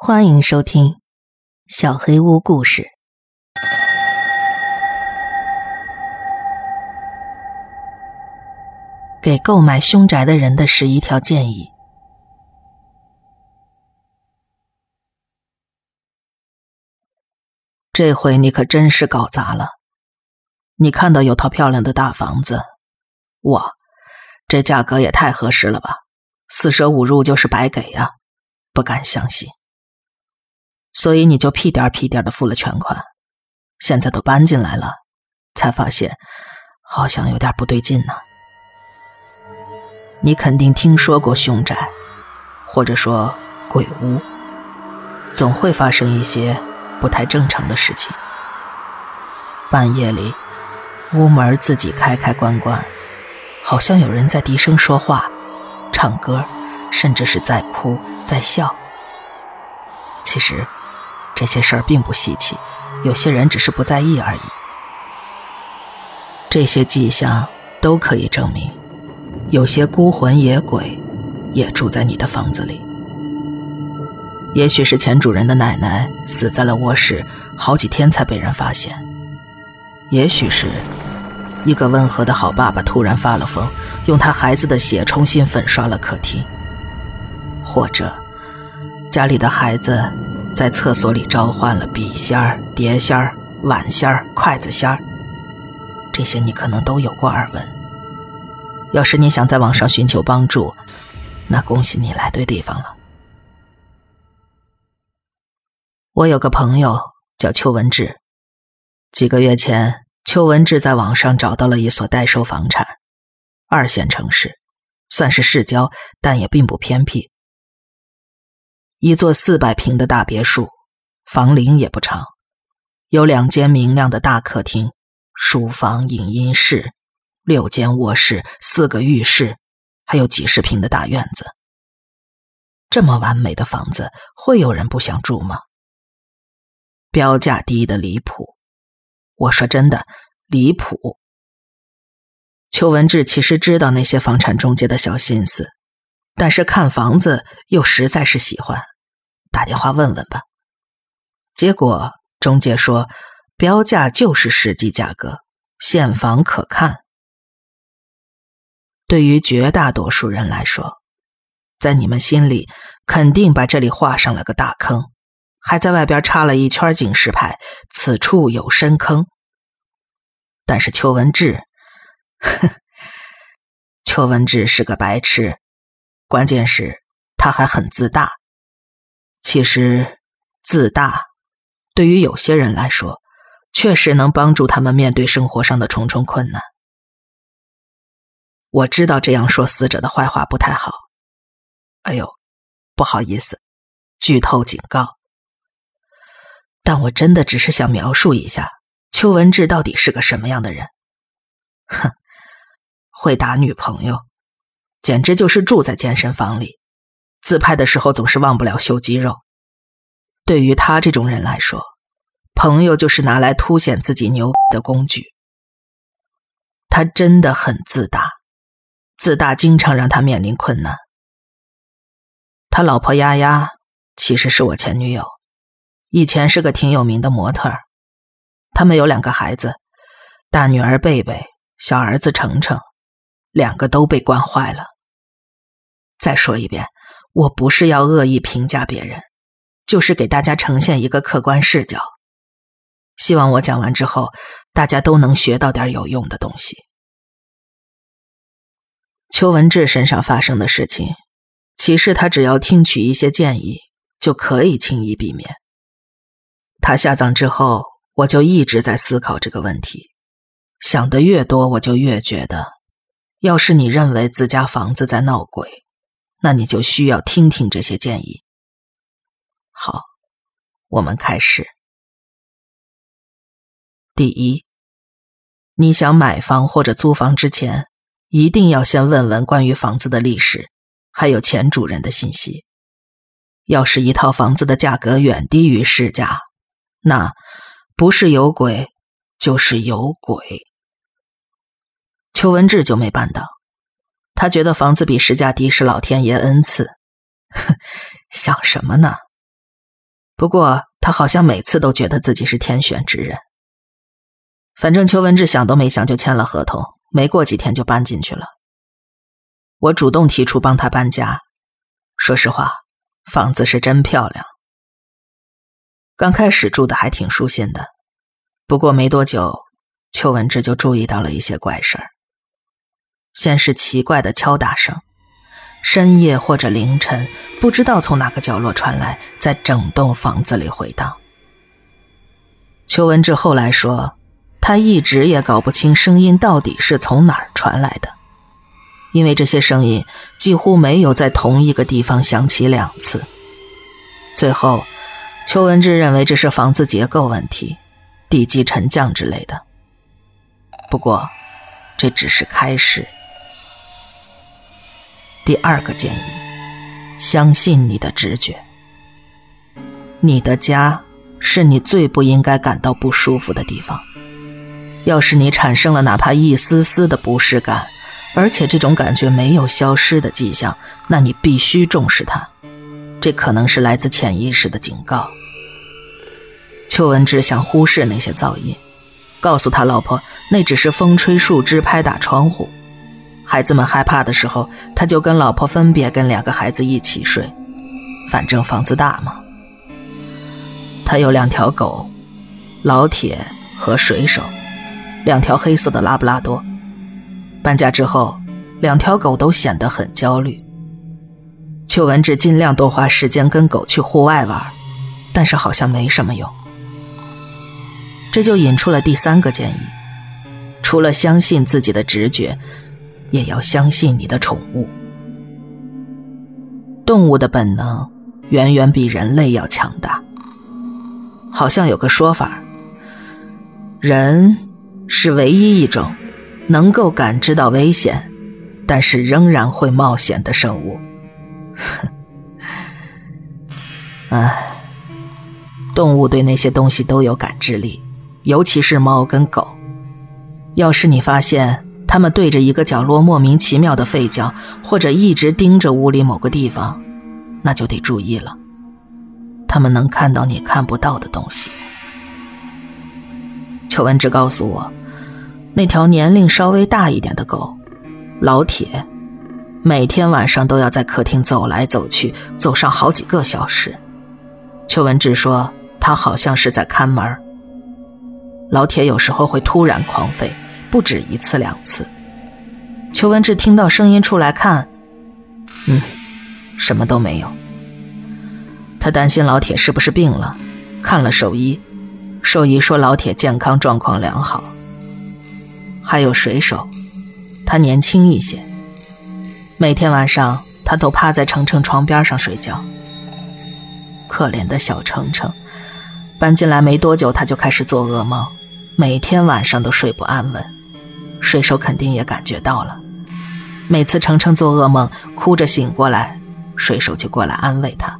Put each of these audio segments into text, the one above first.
欢迎收听小黑屋故事。给购买凶宅的人的11条建议。这回你可真是搞砸了。你看到有套漂亮的大房子，哇，这价格也太合适了吧，4舍5入就是白给呀，不敢相信。所以你就屁颠屁颠的付了全款，现在都搬进来了，才发现好像有点不对劲呢。你肯定听说过凶宅，或者说鬼屋，总会发生一些不太正常的事情。半夜里，屋门自己开开关关，好像有人在低声说话、唱歌，甚至是在哭、在笑。其实这些事儿并不稀奇，有些人只是不在意而已。这些迹象都可以证明，有些孤魂野鬼也住在你的房子里。也许是前主人的奶奶死在了卧室，好几天才被人发现。也许是一个温和的好爸爸突然发了疯，用他孩子的血重新粉刷了客厅。或者家里的孩子在厕所里召唤了笔仙儿、碟仙儿、碗仙儿、筷子仙儿，这些你可能都有过耳闻。要是你想在网上寻求帮助，那恭喜你来对地方了。我有个朋友叫邱文志，几个月前，邱文志在网上找到了一所待售房产，2线城市，算是市郊，但也并不偏僻。一座400平的大别墅，房龄也不长，有2间明亮的大客厅，书房、影音室，6间卧室，4个浴室，还有几十平的大院子。这么完美的房子，会有人不想住吗？标价低得离谱，我说真的，离谱。邱文志其实知道那些房产中介的小心思，但是看房子又实在是喜欢，打电话问问吧。结果中介说，标价就是实际价格，现房可看。对于绝大多数人来说，在你们心里肯定把这里画上了个大坑，还在外边插了一圈警示牌，此处有深坑。但是邱文志邱文志是个白痴，关键是他还很自大。其实自大对于有些人来说，确实能帮助他们面对生活上的重重困难。我知道这样说死者的坏话不太好，哎呦，不好意思，剧透警告。但我真的只是想描述一下邱文志到底是个什么样的人。哼，会打女朋友，简直就是住在健身房里，自拍的时候总是忘不了秀肌肉。对于他这种人来说，朋友就是拿来凸显自己牛逼的工具。他真的很自大，自大经常让他面临困难。他老婆丫丫其实是我前女友，以前是个挺有名的模特儿。他们有2个孩子，大女儿贝贝，小儿子程程，2个都被惯坏了。再说一遍，我不是要恶意评价别人，就是给大家呈现一个客观视角。希望我讲完之后，大家都能学到点有用的东西。邱文志身上发生的事情，其实他只要听取一些建议，就可以轻易避免。他下葬之后，我就一直在思考这个问题，想得越多，我就越觉得，要是你认为自家房子在闹鬼，那你就需要听听这些建议。好，我们开始。第一，你想买房或者租房之前，一定要先问问关于房子的历史，还有前主人的信息。要是一套房子的价格远低于市价，那不是有鬼就是有鬼。邱文志就没办到，他觉得房子比市价低是老天爷恩赐。想什么呢？ 不过他好像每次都觉得自己是天选之人。反正邱文志想都没想就签了合同，没过几天就搬进去了。我主动提出帮他搬家，说实话，房子是真漂亮。刚开始住的还挺舒心的，不过没多久，邱文志就注意到了一些怪事儿。先是奇怪的敲打声，深夜或者凌晨，不知道从哪个角落传来，在整栋房子里回荡。邱文志后来说，他一直也搞不清声音到底是从哪儿传来的，因为这些声音几乎没有在同一个地方响起2次。最后邱文志认为这是房子结构问题，地基沉降之类的。不过这只是开始。第2个建议，相信你的直觉。你的家是你最不应该感到不舒服的地方。要是你产生了哪怕一丝丝的不适感，而且这种感觉没有消失的迹象，那你必须重视它。这可能是来自潜意识的警告。邱文志想忽视那些噪音，告诉他老婆那只是风吹树枝拍打窗户。孩子们害怕的时候，他就跟老婆分别跟2个孩子一起睡，反正房子大嘛。他有2条狗，老铁和水手，2条黑色的拉布拉多。搬家之后，2条狗都显得很焦虑。邱文志尽量多花时间跟狗去户外玩，但是好像没什么用。这就引出了第3个建议，除了相信自己的直觉，也要相信你的宠物。动物的本能远远比人类要强大。好像有个说法，人是唯一一种能够感知到危险，但是仍然会冒险的生物。唉，动物对那些东西都有感知力，尤其是猫跟狗。要是你发现它们对着一个角落莫名其妙的吠叫，或者一直盯着屋里某个地方，那就得注意了。它们能看到你看不到的东西。邱文志告诉我，那条年龄稍微大一点的狗老铁，每天晚上都要在客厅走来走去，走上好几个小时。邱文志说他好像是在看门。老铁有时候会突然狂吠，不止1次2次。邱文志听到声音出来看，什么都没有。他担心老铁是不是病了，看了兽医，兽医说老铁健康状况良好。还有水手，他年轻一些，每天晚上他都趴在程程床边上睡觉。可怜的小程程，搬进来没多久他就开始做噩梦，每天晚上都睡不安稳。水手肯定也感觉到了，每次程程做噩梦哭着醒过来，水手就过来安慰他。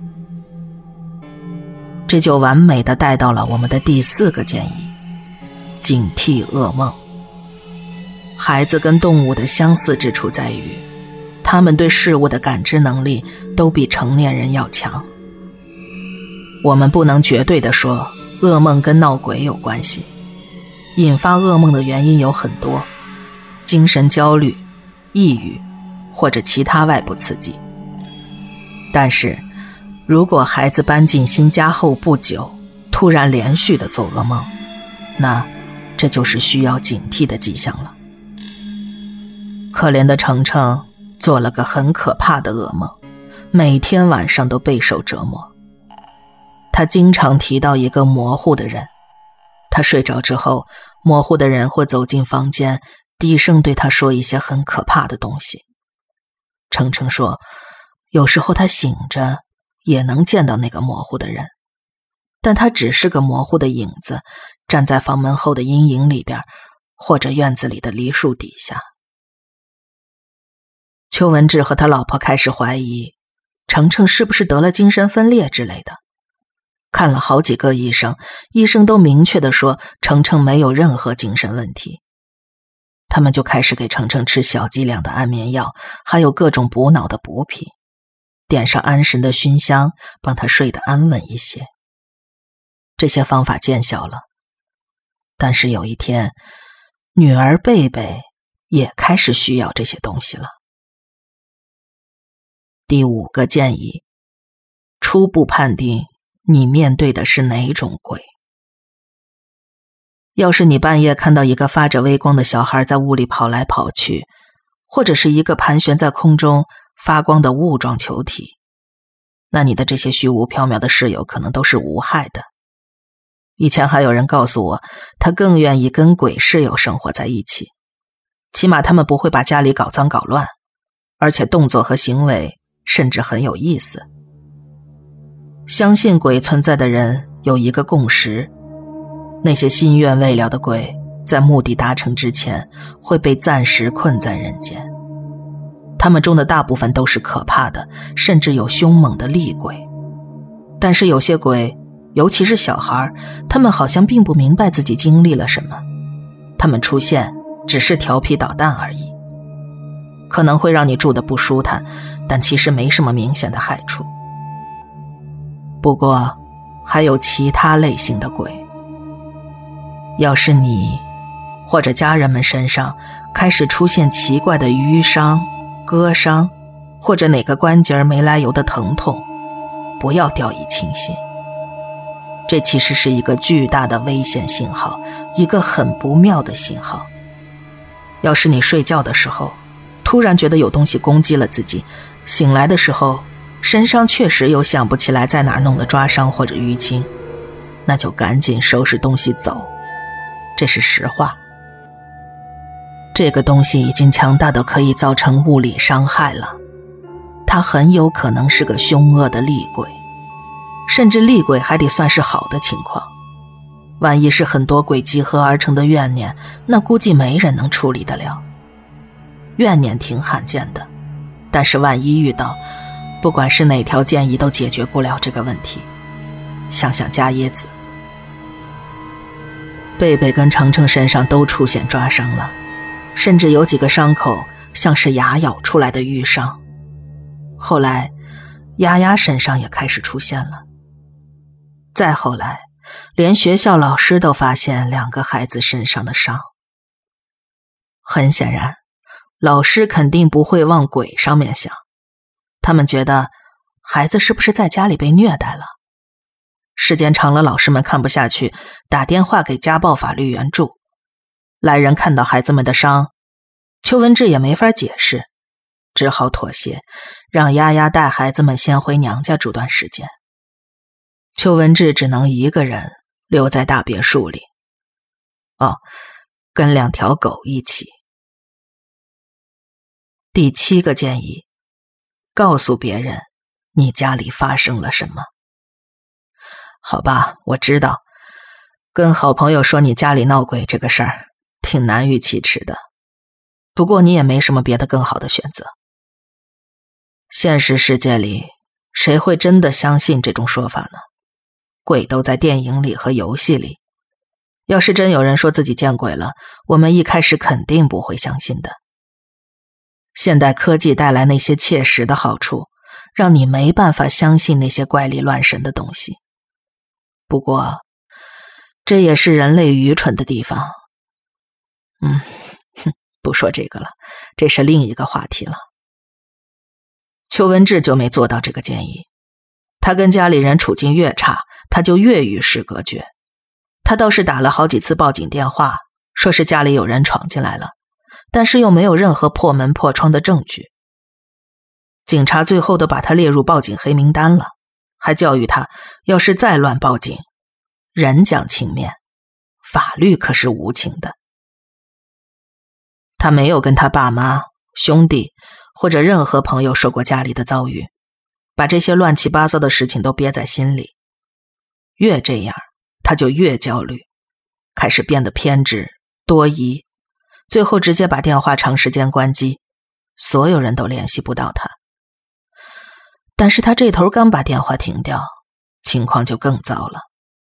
这就完美地带到了我们的第4个建议，警惕噩梦。孩子跟动物的相似之处在于，他们对事物的感知能力都比成年人要强。我们不能绝对地说噩梦跟闹鬼有关系，引发噩梦的原因有很多，精神焦虑、抑郁或者其他外部刺激。但是如果孩子搬进新家后不久突然连续的做噩梦，那这就是需要警惕的迹象了。可怜的程程做了个很可怕的噩梦，每天晚上都备受折磨。他经常提到一个模糊的人，他睡着之后，模糊的人会走进房间，低声对他说一些很可怕的东西。程程说，有时候他醒着也能见到那个模糊的人，但他只是个模糊的影子，站在房门后的阴影里边，或者院子里的梨树底下。邱文志和他老婆开始怀疑程程是不是得了精神分裂之类的。看了好几个医生，医生都明确地说程程没有任何精神问题。他们就开始给程程吃小剂量的安眠药，还有各种补脑的补品，点上安神的熏香，帮他睡得安稳一些。 这些方法见效了。但是有一天，女儿贝贝也开始需要这些东西了。第5个建议，初步判定你面对的是哪种鬼。要是你半夜看到一个发着微光的小孩在屋里跑来跑去，或者是一个盘旋在空中发光的雾状球体，那你的这些虚无缥缈的室友可能都是无害的。以前还有人告诉我，他更愿意跟鬼室友生活在一起，起码他们不会把家里搞脏搞乱，而且动作和行为甚至很有意思。相信鬼存在的人有一个共识，那些心愿未了的鬼在目的达成之前会被暂时困在人间。他们中的大部分都是可怕的，甚至有凶猛的厉鬼。但是有些鬼，尤其是小孩，他们好像并不明白自己经历了什么，他们出现只是调皮捣蛋而已，可能会让你住得不舒坦，但其实没什么明显的害处。不过还有其他类型的鬼，要是你或者家人们身上开始出现奇怪的淤伤、割伤，或者哪个关节没来由的疼痛，不要掉以轻心。这其实是一个巨大的危险信号，一个很不妙的信号。要是你睡觉的时候突然觉得有东西攻击了自己，醒来的时候身上确实有想不起来在哪儿弄的抓伤或者淤青，那就赶紧收拾东西走，这是实话。这个东西已经强大到可以造成物理伤害了，它很有可能是个凶恶的厉鬼，甚至厉鬼还得算是好的情况。万一是很多鬼集合而成的怨念，那估计没人能处理得了。怨念挺罕见的，但是万一遇到，不管是哪条建议都解决不了这个问题。想想加椰子，贝贝跟程程身上都出现抓伤了，甚至有几个伤口像是牙咬出来的淤伤。后来丫丫身上也开始出现了，再后来连学校老师都发现2个孩子身上的伤。很显然，老师肯定不会往鬼上面想，他们觉得孩子是不是在家里被虐待了。时间长了，老师们看不下去，打电话给家暴法律援助。来人看到孩子们的伤，邱文志也没法解释，只好妥协，让丫丫带孩子们先回娘家住段时间。邱文志只能一个人留在大别墅里，跟2条狗一起。第7个建议，告诉别人你家里发生了什么。好吧，我知道，跟好朋友说你家里闹鬼这个事儿挺难于启齿的，不过你也没什么别的更好的选择。现实世界里，谁会真的相信这种说法呢？鬼都在电影里和游戏里，要是真有人说自己见鬼了，我们一开始肯定不会相信的。现代科技带来那些切实的好处，让你没办法相信那些怪力乱神的东西。不过，这也是人类愚蠢的地方。不说这个了，这是另一个话题了。邱文志就没做到这个建议，他跟家里人处境越差，他就越与世隔绝。他倒是打了好几次报警电话，说是家里有人闯进来了，但是又没有任何破门破窗的证据。警察最后都把他列入报警黑名单了，还教育他，要是再乱报警，人讲情面，法律可是无情的。他没有跟他爸妈、兄弟或者任何朋友说过家里的遭遇，把这些乱七八糟的事情都憋在心里。越这样，他就越焦虑，开始变得偏执、多疑，最后直接把电话长时间关机，所有人都联系不到他。但是他这头刚把电话停掉，情况就更糟了。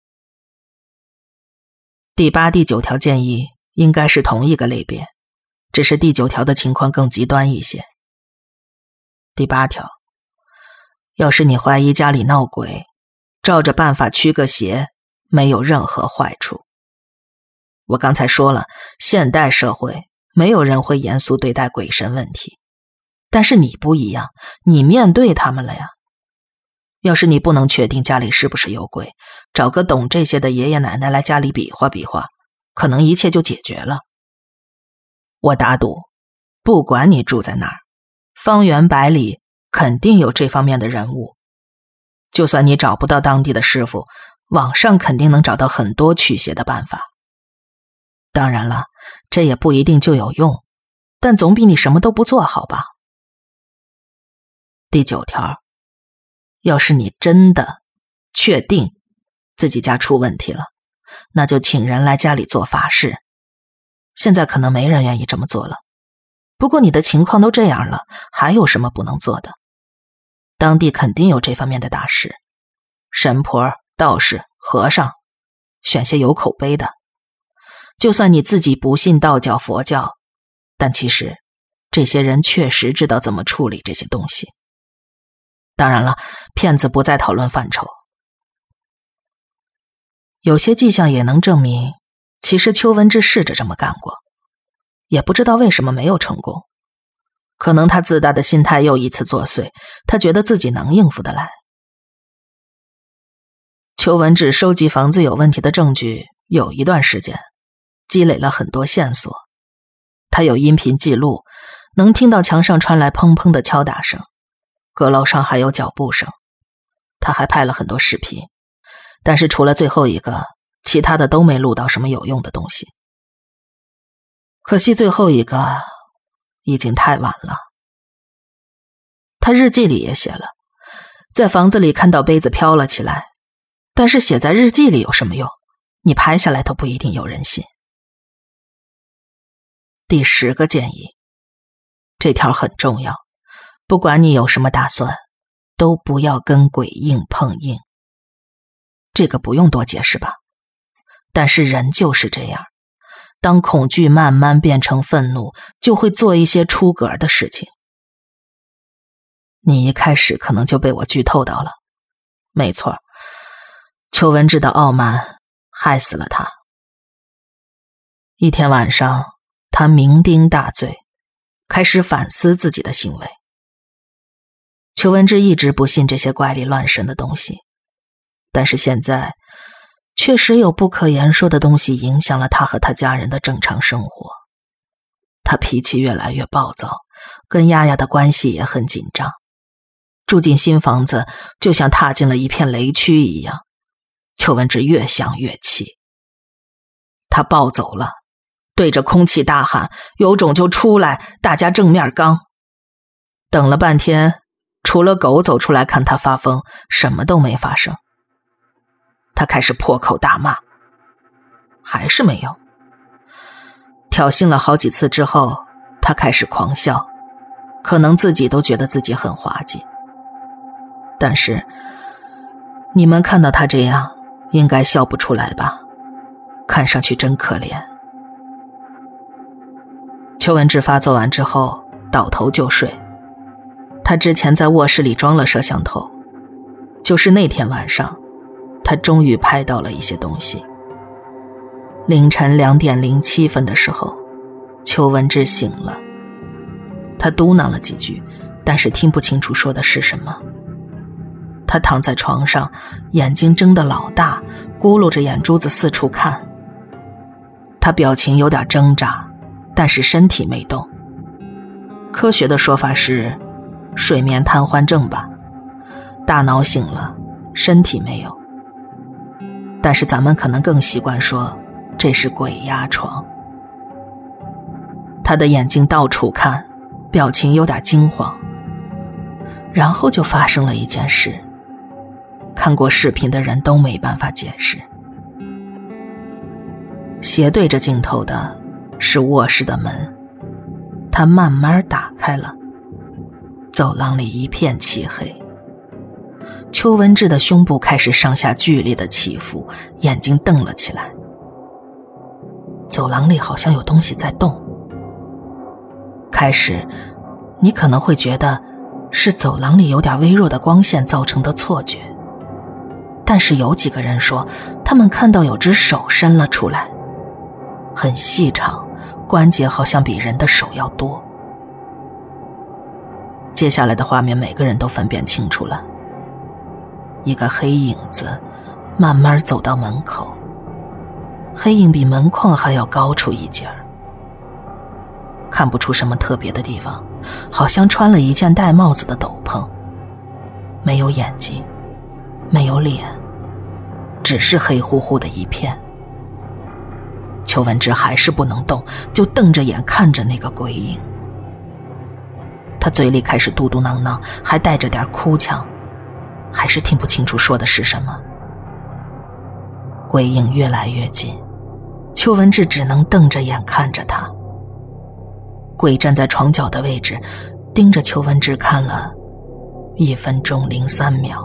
第8、第9条建议应该是同一个类别，只是第9条的情况更极端一些。第8条，要是你怀疑家里闹鬼，照着办法驱个邪， 没有任何坏处。我刚才说了，现代社会没有人会严肃对待鬼神问题，但是你不一样，你面对他们了呀。要是你不能确定家里是不是有鬼，找个懂这些的爷爷奶奶来家里比划比划，可能一切就解决了。我打赌，不管你住在哪儿，方圆百里肯定有这方面的人物。就算你找不到当地的师傅，网上肯定能找到很多驱邪的办法。当然了，这也不一定就有用，但总比你什么都不做好吧。第9条，要是你真的确定自己家出问题了，那就请人来家里做法事。现在可能没人愿意这么做了，不过你的情况都这样了，还有什么不能做的？当地肯定有这方面的大师，神婆、道士、和尚，选些有口碑的。就算你自己不信道教、佛教，但其实这些人确实知道怎么处理这些东西。当然了，骗子不在讨论范畴。有些迹象也能证明，其实邱文志试着这么干过，也不知道为什么没有成功。可能他自大的心态又一次作祟，他觉得自己能应付得来。邱文志收集房子有问题的证据有一段时间，积累了很多线索。他有音频记录，能听到墙上传来砰砰的敲打声，阁楼上还有脚步声。他还拍了很多视频，但是除了最后一个，其他的都没录到什么有用的东西。可惜最后一个已经太晚了。他日记里也写了，在房子里看到杯子飘了起来，但是写在日记里有什么用？你拍下来都不一定有人信。第10个建议，这条很重要，不管你有什么打算，都不要跟鬼硬碰硬。这个不用多解释吧，但是人就是这样，当恐惧慢慢变成愤怒，就会做一些出格的事情。你一开始可能就被我剧透到了，没错，邱文志的傲慢害死了他。一天晚上，他酩酊大醉，开始反思自己的行为。邱文志一直不信这些怪力乱神的东西，但是现在确实有不可言说的东西影响了他和他家人的正常生活。他脾气越来越暴躁，跟丫丫的关系也很紧张。住进新房子就像踏进了一片雷区一样，邱文志越想越气。他暴走了，对着空气大喊，有种就出来，大家正面刚。等了半天，除了狗走出来看他发疯，什么都没发生。他开始破口大骂，还是没有。挑衅了好几次之后，他开始狂笑，可能自己都觉得自己很滑稽。但是你们看到他这样，应该笑不出来吧？看上去真可怜。邱文志发作完之后倒头就睡。他之前在卧室里装了摄像头，就是那天晚上他终于拍到了一些东西。凌晨2点07分的时候，邱文志醒了，他嘟囔了几句，但是听不清楚说的是什么。他躺在床上，眼睛睁得老大，咕噜着眼珠子四处看。他表情有点挣扎，但是身体没动。科学的说法是睡眠瘫痪症吧，大脑醒了，身体没有。但是咱们可能更习惯说这是鬼压床。他的眼睛到处看，表情有点惊慌。然后就发生了一件事，看过视频的人都没办法解释。斜对着镜头的是卧室的门，它慢慢打开了，走廊里一片漆黑。邱文志的胸部开始上下剧烈的起伏，眼睛瞪了起来。走廊里好像有东西在动。开始你可能会觉得是走廊里有点微弱的光线造成的错觉， 但是有几个人说他们看到有只手伸了出来，很细长，关节好像比人的手要多。接下来的画面每个人都分辨清楚了，一个黑影子慢慢走到门口，黑影比门框还要高出一截儿，看不出什么特别的地方，好像穿了一件戴帽子的斗篷，没有眼睛，没有脸，只是黑乎乎的一片。邱文之还是不能动，就瞪着眼看着那个鬼影。他嘴里开始嘟嘟囔囔，还带着点哭腔，还是听不清楚说的是什么。鬼影越来越近，邱文志只能瞪着眼看着他。鬼站在床角的位置，盯着邱文志看了1分钟03秒。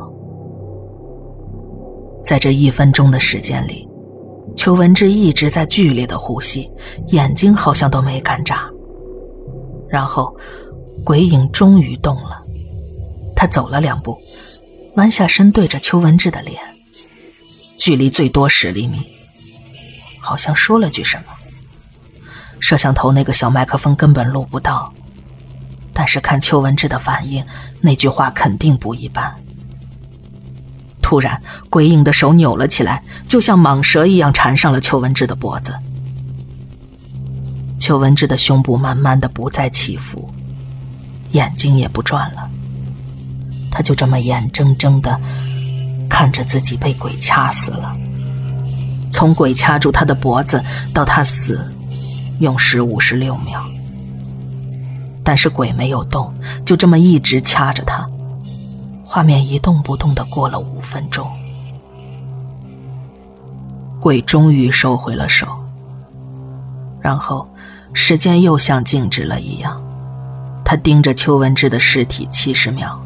在这1分钟的时间里，邱文志一直在剧烈的呼吸，眼睛好像都没敢眨。然后鬼影终于动了，他走了2步，弯下身对着邱文志的脸，距离最多10厘米，好像说了句什么。摄像头那个小麦克风根本录不到，但是看邱文志的反应，那句话肯定不一般。突然鬼影的手扭了起来，就像蟒蛇一样缠上了邱文志的脖子。邱文志的胸部慢慢的不再起伏，眼睛也不转了，他就这么眼睁睁的看着自己被鬼掐死了。从鬼掐住他的脖子到他死，用时56秒。但是鬼没有动，就这么一直掐着他。画面一动不动地过了5分钟，鬼终于收回了手，然后时间又像静止了一样，他盯着邱文志的尸体70秒，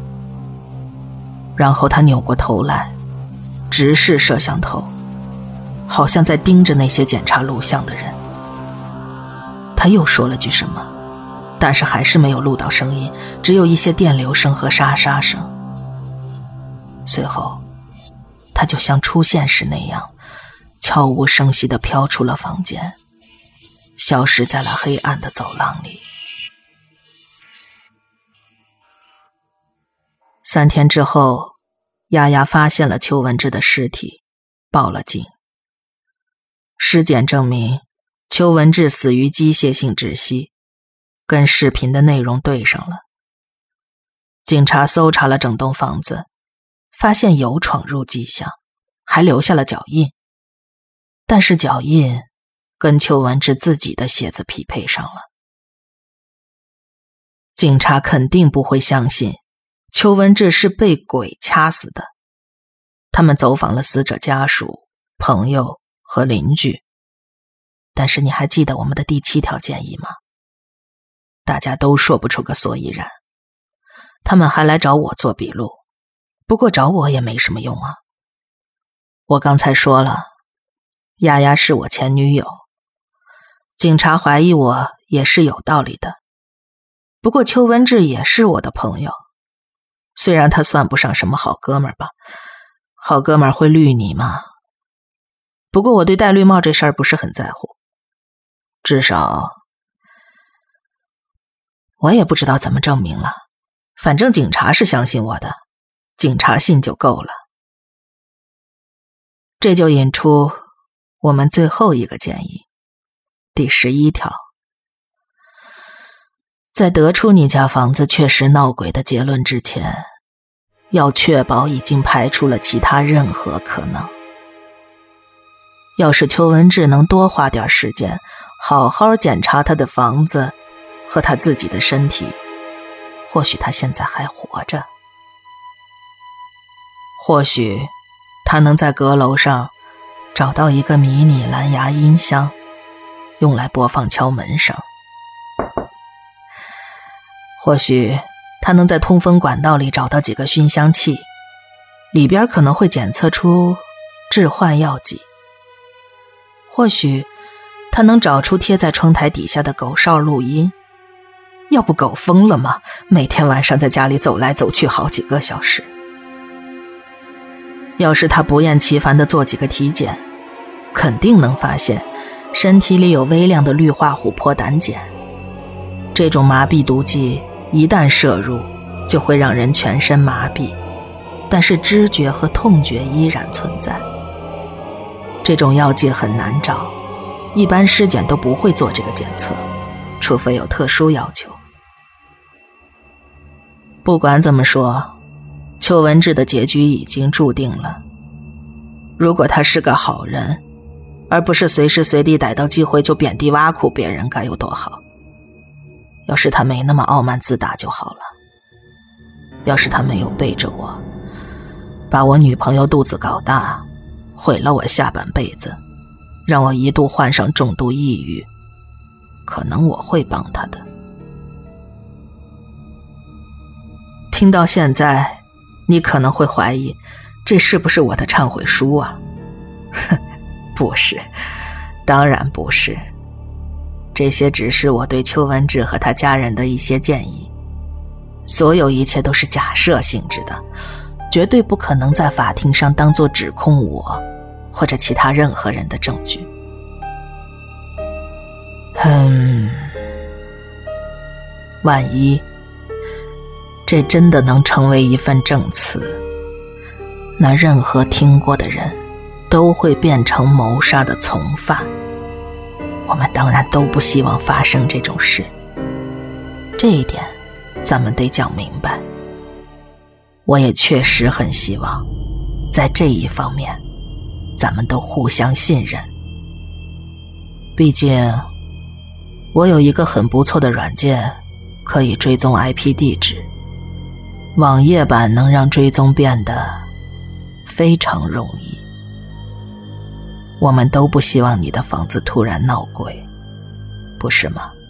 然后他扭过头来，直视摄像头，好像在盯着那些检查录像的人。他又说了句什么，但是还是没有录到声音，只有一些电流声和沙沙声。随后他就像出现时那样，悄无声息地飘出了房间，消失在了黑暗的走廊里。3天之后，丫丫发现了邱文志的尸体，报了警。尸检证明邱文志死于机械性窒息，跟视频的内容对上了。警察搜查了整栋房子，发现有闯入迹象，还留下了脚印，但是脚印跟邱文志自己的鞋子匹配上了。警察肯定不会相信邱文志是被鬼掐死的。他们走访了死者家属、朋友和邻居，但是你还记得我们的第7条建议吗？大家都说不出个所以然。他们还来找我做笔录，不过找我也没什么用啊。我刚才说了，丫丫是我前女友，警察怀疑我也是有道理的。不过邱文志也是我的朋友，虽然他算不上什么好哥们儿吧，好哥们儿会绿你吗？不过我对戴绿帽这事儿不是很在乎，至少我也不知道怎么证明了，反正警察是相信我的，警察信就够了。这就引出我们最后一个建议，第11条。在得出你家房子确实闹鬼的结论之前，要确保已经排除了其他任何可能。要是邱文志能多花点时间，好好检查他的房子和他自己的身体，或许他现在还活着。或许他能在阁楼上找到一个迷你蓝牙音箱，用来播放敲门声。或许他能在通风管道里找到几个熏香器，里边可能会检测出致幻药剂。或许他能找出贴在窗台底下的狗哨录音，要不狗疯了吗？每天晚上在家里走来走去好几个小时。 要是他不厌其烦地做几个体检，肯定能发现身体里有微量的氯化琥珀胆碱。这种麻痹毒剂一旦摄入，就会让人全身麻痹，但是知觉和痛觉依然存在。这种药剂很难找，一般尸检都不会做这个检测，除非有特殊要求。不管怎么说，邱文志的结局已经注定了。如果他是个好人，而不是随时随地逮到机会就贬低挖苦别人，该有多好。要是他没那么傲慢自大就好了。要是他没有背着我，把我女朋友肚子搞大，毁了我下半辈子，让我一度患上重度抑郁，可能我会帮他的。听到现在，你可能会怀疑，这是不是我的忏悔书啊？不是，当然不是。这些只是我对邱文志和他家人的一些建议，所有一切都是假设性质的，绝对不可能在法庭上当作指控我或者其他任何人的证据。万一这真的能成为一份证词，那任何听过的人都会变成谋杀的从犯。我们当然都不希望发生这种事，这一点咱们得讲明白。我也确实很希望在这一方面咱们都互相信任。毕竟我有一个很不错的软件，可以追踪 IP 地址，网页版能让追踪变得非常容易。我们都不希望你的房子突然闹鬼，不是吗？